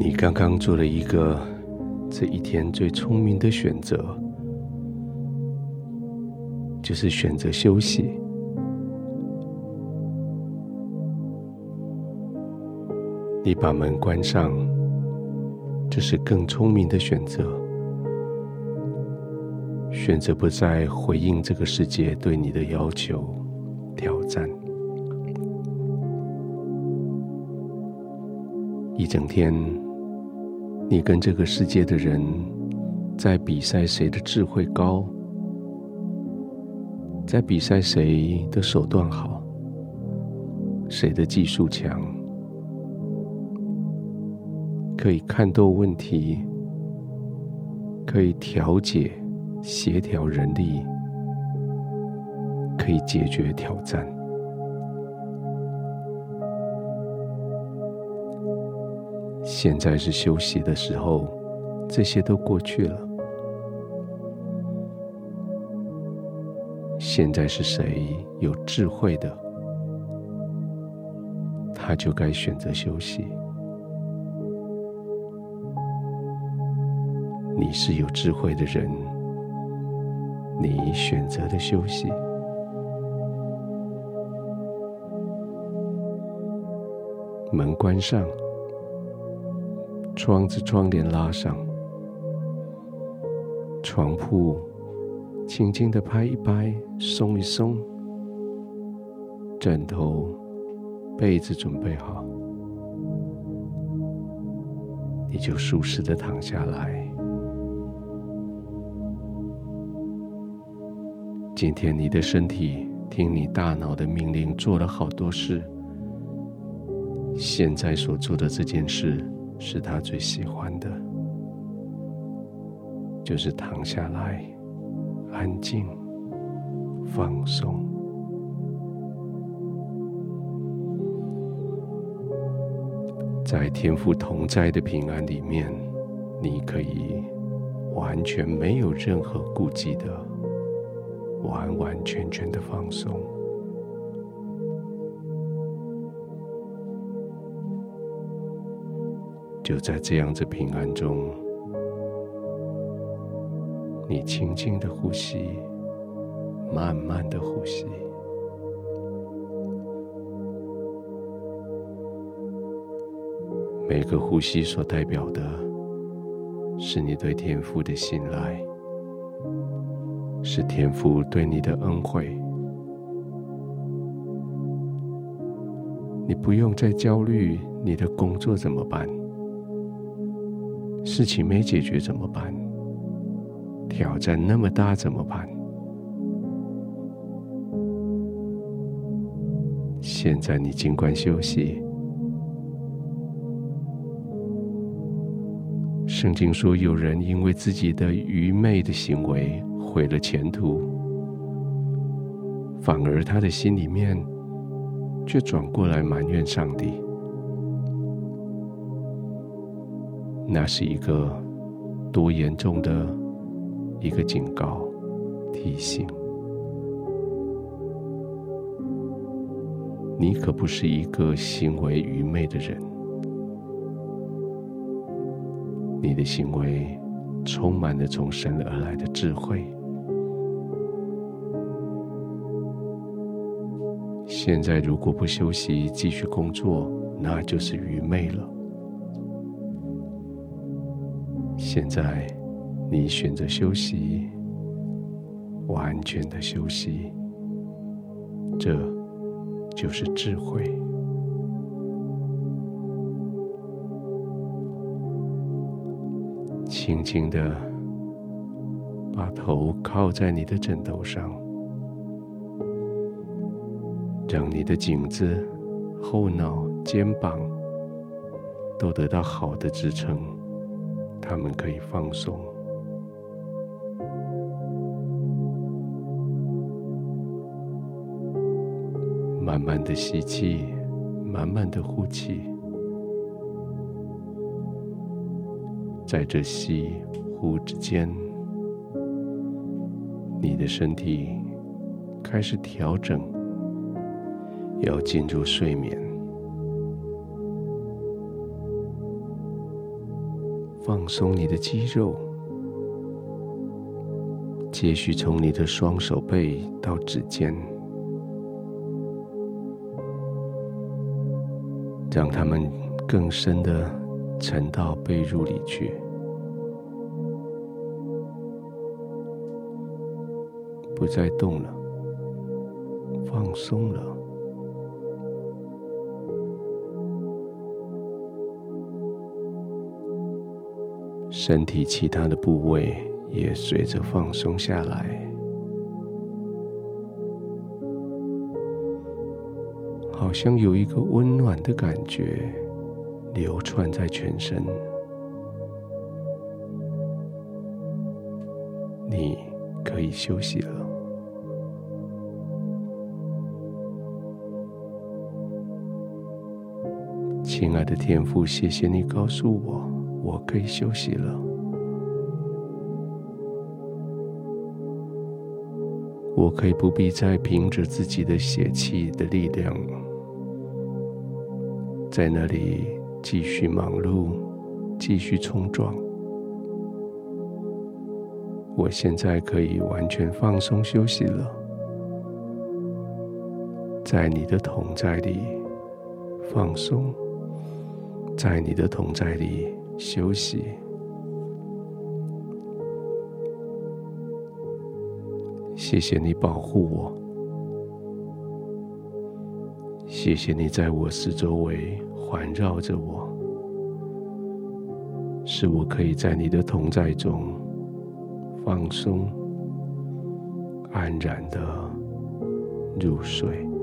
你刚刚做了一个这一天最聪明的选择，就是选择休息。你把门关上，这是更聪明的选择。选择不再回应这个世界对你的要求、挑战。一整天，你跟这个世界的人在比赛谁的智慧高，在比赛谁的手段好，谁的技术强，可以看透问题，可以调解、协调人力，可以解决挑战。现在是休息的时候，这些都过去了。现在是谁有智慧的，他就该选择休息。你是有智慧的人，你选择了休息。门关上，窗子窗帘拉上，床铺轻轻地拍一拍，松一松，枕头被子准备好，你就舒适地躺下来。今天你的身体听你大脑的命令做了好多事，现在所做的这件事是他最喜欢的，就是躺下来，安静，放松。在天父同在的平安里面，你可以完全没有任何顾忌的，完完全全的放松。就在这样子平安中，你轻轻的呼吸，慢慢的呼吸。每个呼吸所代表的是你对天父的信赖，是天父对你的恩惠。你不用再焦虑你的工作怎么办，事情没解决怎么办，挑战那么大怎么办？现在你尽管休息。圣经说，有人因为自己的愚昧的行为毁了前途，反而他的心里面却转过来埋怨上帝。那是一个多严重的一个警告提醒。你可不是一个行为愚昧的人，你的行为充满了从神而来的智慧。现在如果不休息继续工作，那就是愚昧了。现在你选择休息，完全的休息，这就是智慧。轻轻地把头靠在你的枕头上，让你的颈子、后脑、肩膀都得到好的支撑，它们可以放松。慢慢的吸气，慢慢的呼气。在这吸呼之间，你的身体开始调整，要进入睡眠。 放松你的肌肉，接续从你的双手背到指尖，让它们更深地沉到被褥里去。不再动了，放松了。身体其他的部位也随着放松下来，好像有一个温暖的感觉流窜在全身。你可以休息了。亲爱的天父，谢谢你告诉我可以休息了。我可以不必再凭着自己的血气的力量，在那里继续忙碌，继续冲撞。我现在可以完全放松休息了，在你的同在里放松，在你的同在里休息。谢谢你保护我，谢谢你在我四周围环绕着我，使我可以在你的同在中放松，安然地入睡。